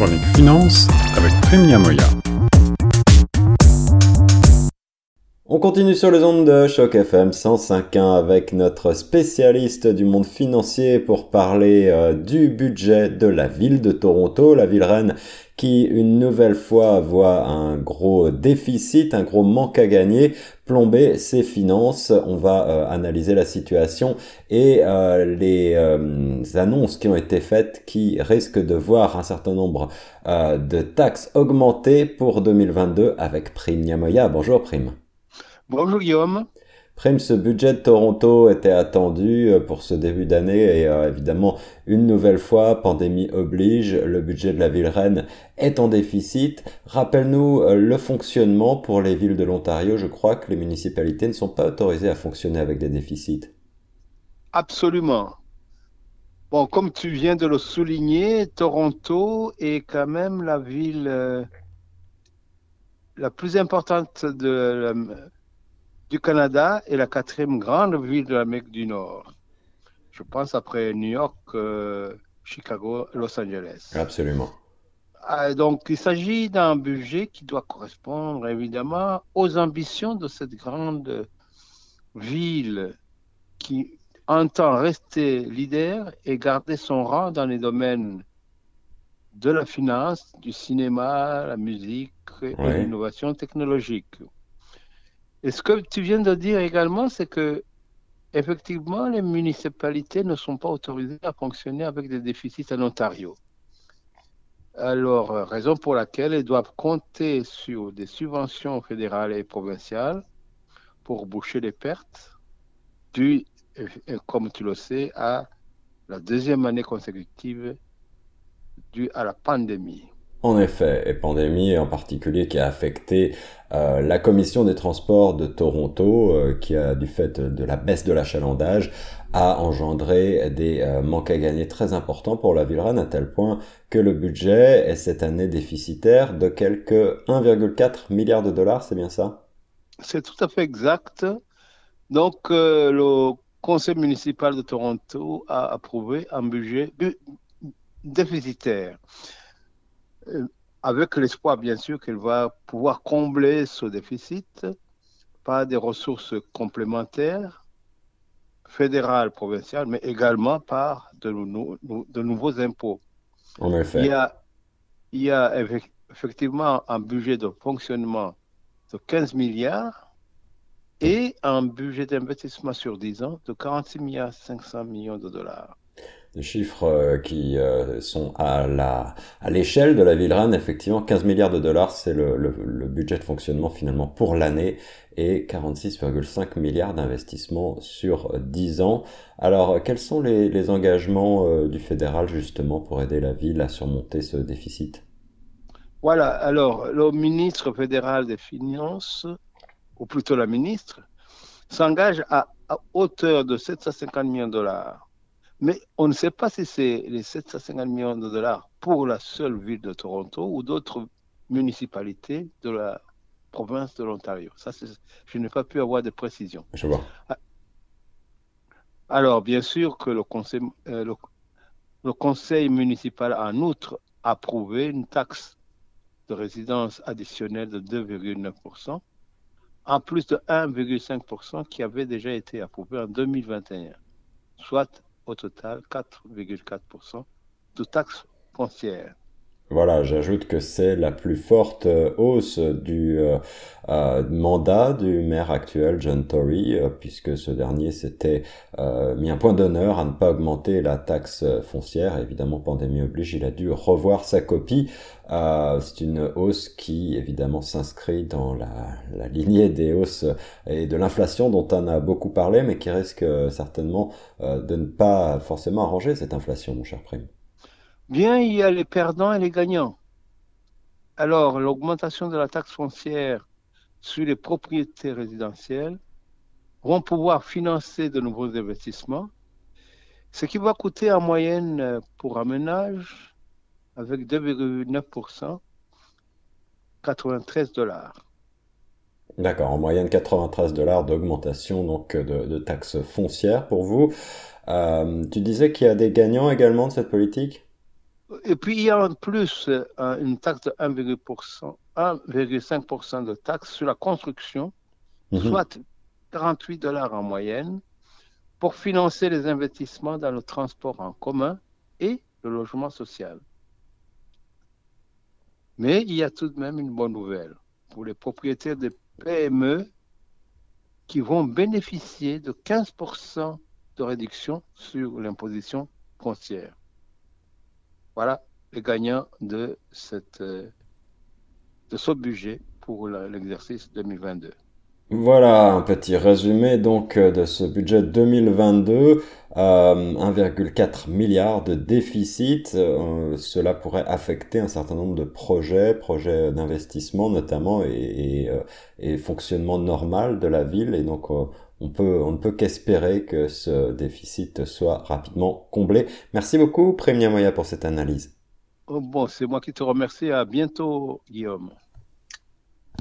chronique finance avec Prem Yamoya. On continue sur les ondes de Choc FM 105.1 avec notre spécialiste du monde financier pour parler du budget de la ville de Toronto, la ville reine qui une nouvelle fois voit un gros déficit, un gros manque à gagner, plomber ses finances. On va analyser la situation et les annonces qui ont été faites qui risquent de voir un certain nombre de taxes augmenter pour 2022 avec Prem Yamoya. Bonjour Prem. Bonjour Guillaume. Prime, ce budget de Toronto était attendu pour ce début d'année et évidemment, une nouvelle fois, pandémie oblige, le budget de la ville reine est en déficit. Rappelle-nous le fonctionnement pour les villes de l'Ontario. Je crois que les municipalités ne sont pas autorisées à fonctionner avec des déficits. Absolument. Bon, comme tu viens de le souligner, Toronto est quand même la ville la plus importante du Canada et la quatrième grande ville de l'Amérique du Nord. Je pense après New York, Chicago, Los Angeles. Absolument. Donc, il s'agit d'un budget qui doit correspondre évidemment aux ambitions de cette grande ville qui entend rester leader et garder son rang dans les domaines de la finance, du cinéma, la musique et l'innovation technologique. Et ce que tu viens de dire également, c'est que effectivement, les municipalités ne sont pas autorisées à fonctionner avec des déficits en Ontario. Alors, raison pour laquelle elles doivent compter sur des subventions fédérales et provinciales pour boucher les pertes dues, comme tu le sais, à la deuxième année consécutive due à la pandémie. En effet, et pandémie en particulier qui a affecté la commission des transports de Toronto, qui a, du fait de la baisse de l'achalandage, a engendré des manques à gagner très importants pour la ville reine, à tel point que le budget est cette année déficitaire de quelques 1,4 milliard de dollars, c'est bien ça? C'est tout à fait exact. Donc, le conseil municipal de Toronto a approuvé un budget déficitaire, avec l'espoir, bien sûr, qu'elle va pouvoir combler ce déficit par des ressources complémentaires, fédérales, provinciales, mais également par de nouveaux impôts. En effet. Il y a effectivement un budget de fonctionnement de 15 milliards et un budget d'investissement sur 10 ans de 46 milliards 500 millions de dollars. Des chiffres qui sont à l'échelle de la ville reine, effectivement, 15 milliards de dollars, c'est le budget de fonctionnement finalement pour l'année et 46,5 milliards d'investissements sur 10 ans. Alors, quels sont les engagements du fédéral justement pour aider la ville à surmonter ce déficit? Voilà, alors le ministre fédéral des Finances, ou plutôt la ministre, s'engage à hauteur de 750 millions de dollars. Mais on ne sait pas si c'est les 750 millions de dollars pour la seule ville de Toronto ou d'autres municipalités de la province de l'Ontario. Ça, je n'ai pas pu avoir de précision. Je vois. Alors, bien sûr que le conseil municipal a en outre approuvé une taxe de résidence additionnelle de 2,9%, en plus de 1,5% qui avait déjà été approuvé en 2021, soit au total 4,4% de taxes foncières. Voilà, j'ajoute que c'est la plus forte hausse du mandat du maire actuel, John Tory, puisque ce dernier s'était mis un point d'honneur à ne pas augmenter la taxe foncière. Évidemment, pandémie oblige, il a dû revoir sa copie. C'est une hausse qui, évidemment, s'inscrit dans la lignée des hausses et de l'inflation dont on a beaucoup parlé, mais qui risque certainement de ne pas forcément arranger cette inflation, mon cher Prime. Bien, il y a les perdants et les gagnants. Alors, l'augmentation de la taxe foncière sur les propriétés résidentielles vont pouvoir financer de nouveaux investissements, ce qui va coûter en moyenne pour un ménage, avec 2,9%, 93 $. D'accord, en moyenne 93 dollars d'augmentation donc de taxes foncières pour vous. Tu disais qu'il y a des gagnants également de cette politique? Et puis, il y a en plus une taxe de 1,5% de taxe sur la construction, Mhm. soit 48 dollars en moyenne, pour financer les investissements dans le transport en commun et le logement social. Mais il y a tout de même une bonne nouvelle pour les propriétaires de PME qui vont bénéficier de 15% de réduction sur l'imposition foncière. Voilà les gagnants de ce budget pour l'exercice 2022. Voilà un petit résumé donc de ce budget 2022. 1,4 milliard de déficit. Cela pourrait affecter un certain nombre de projets d'investissement notamment et fonctionnement normal de la ville. Et donc on ne peut qu'espérer que ce déficit soit rapidement comblé. Merci beaucoup, Premia Moya, pour cette analyse. Oh, bon, c'est moi qui te remercie. À bientôt, Guillaume.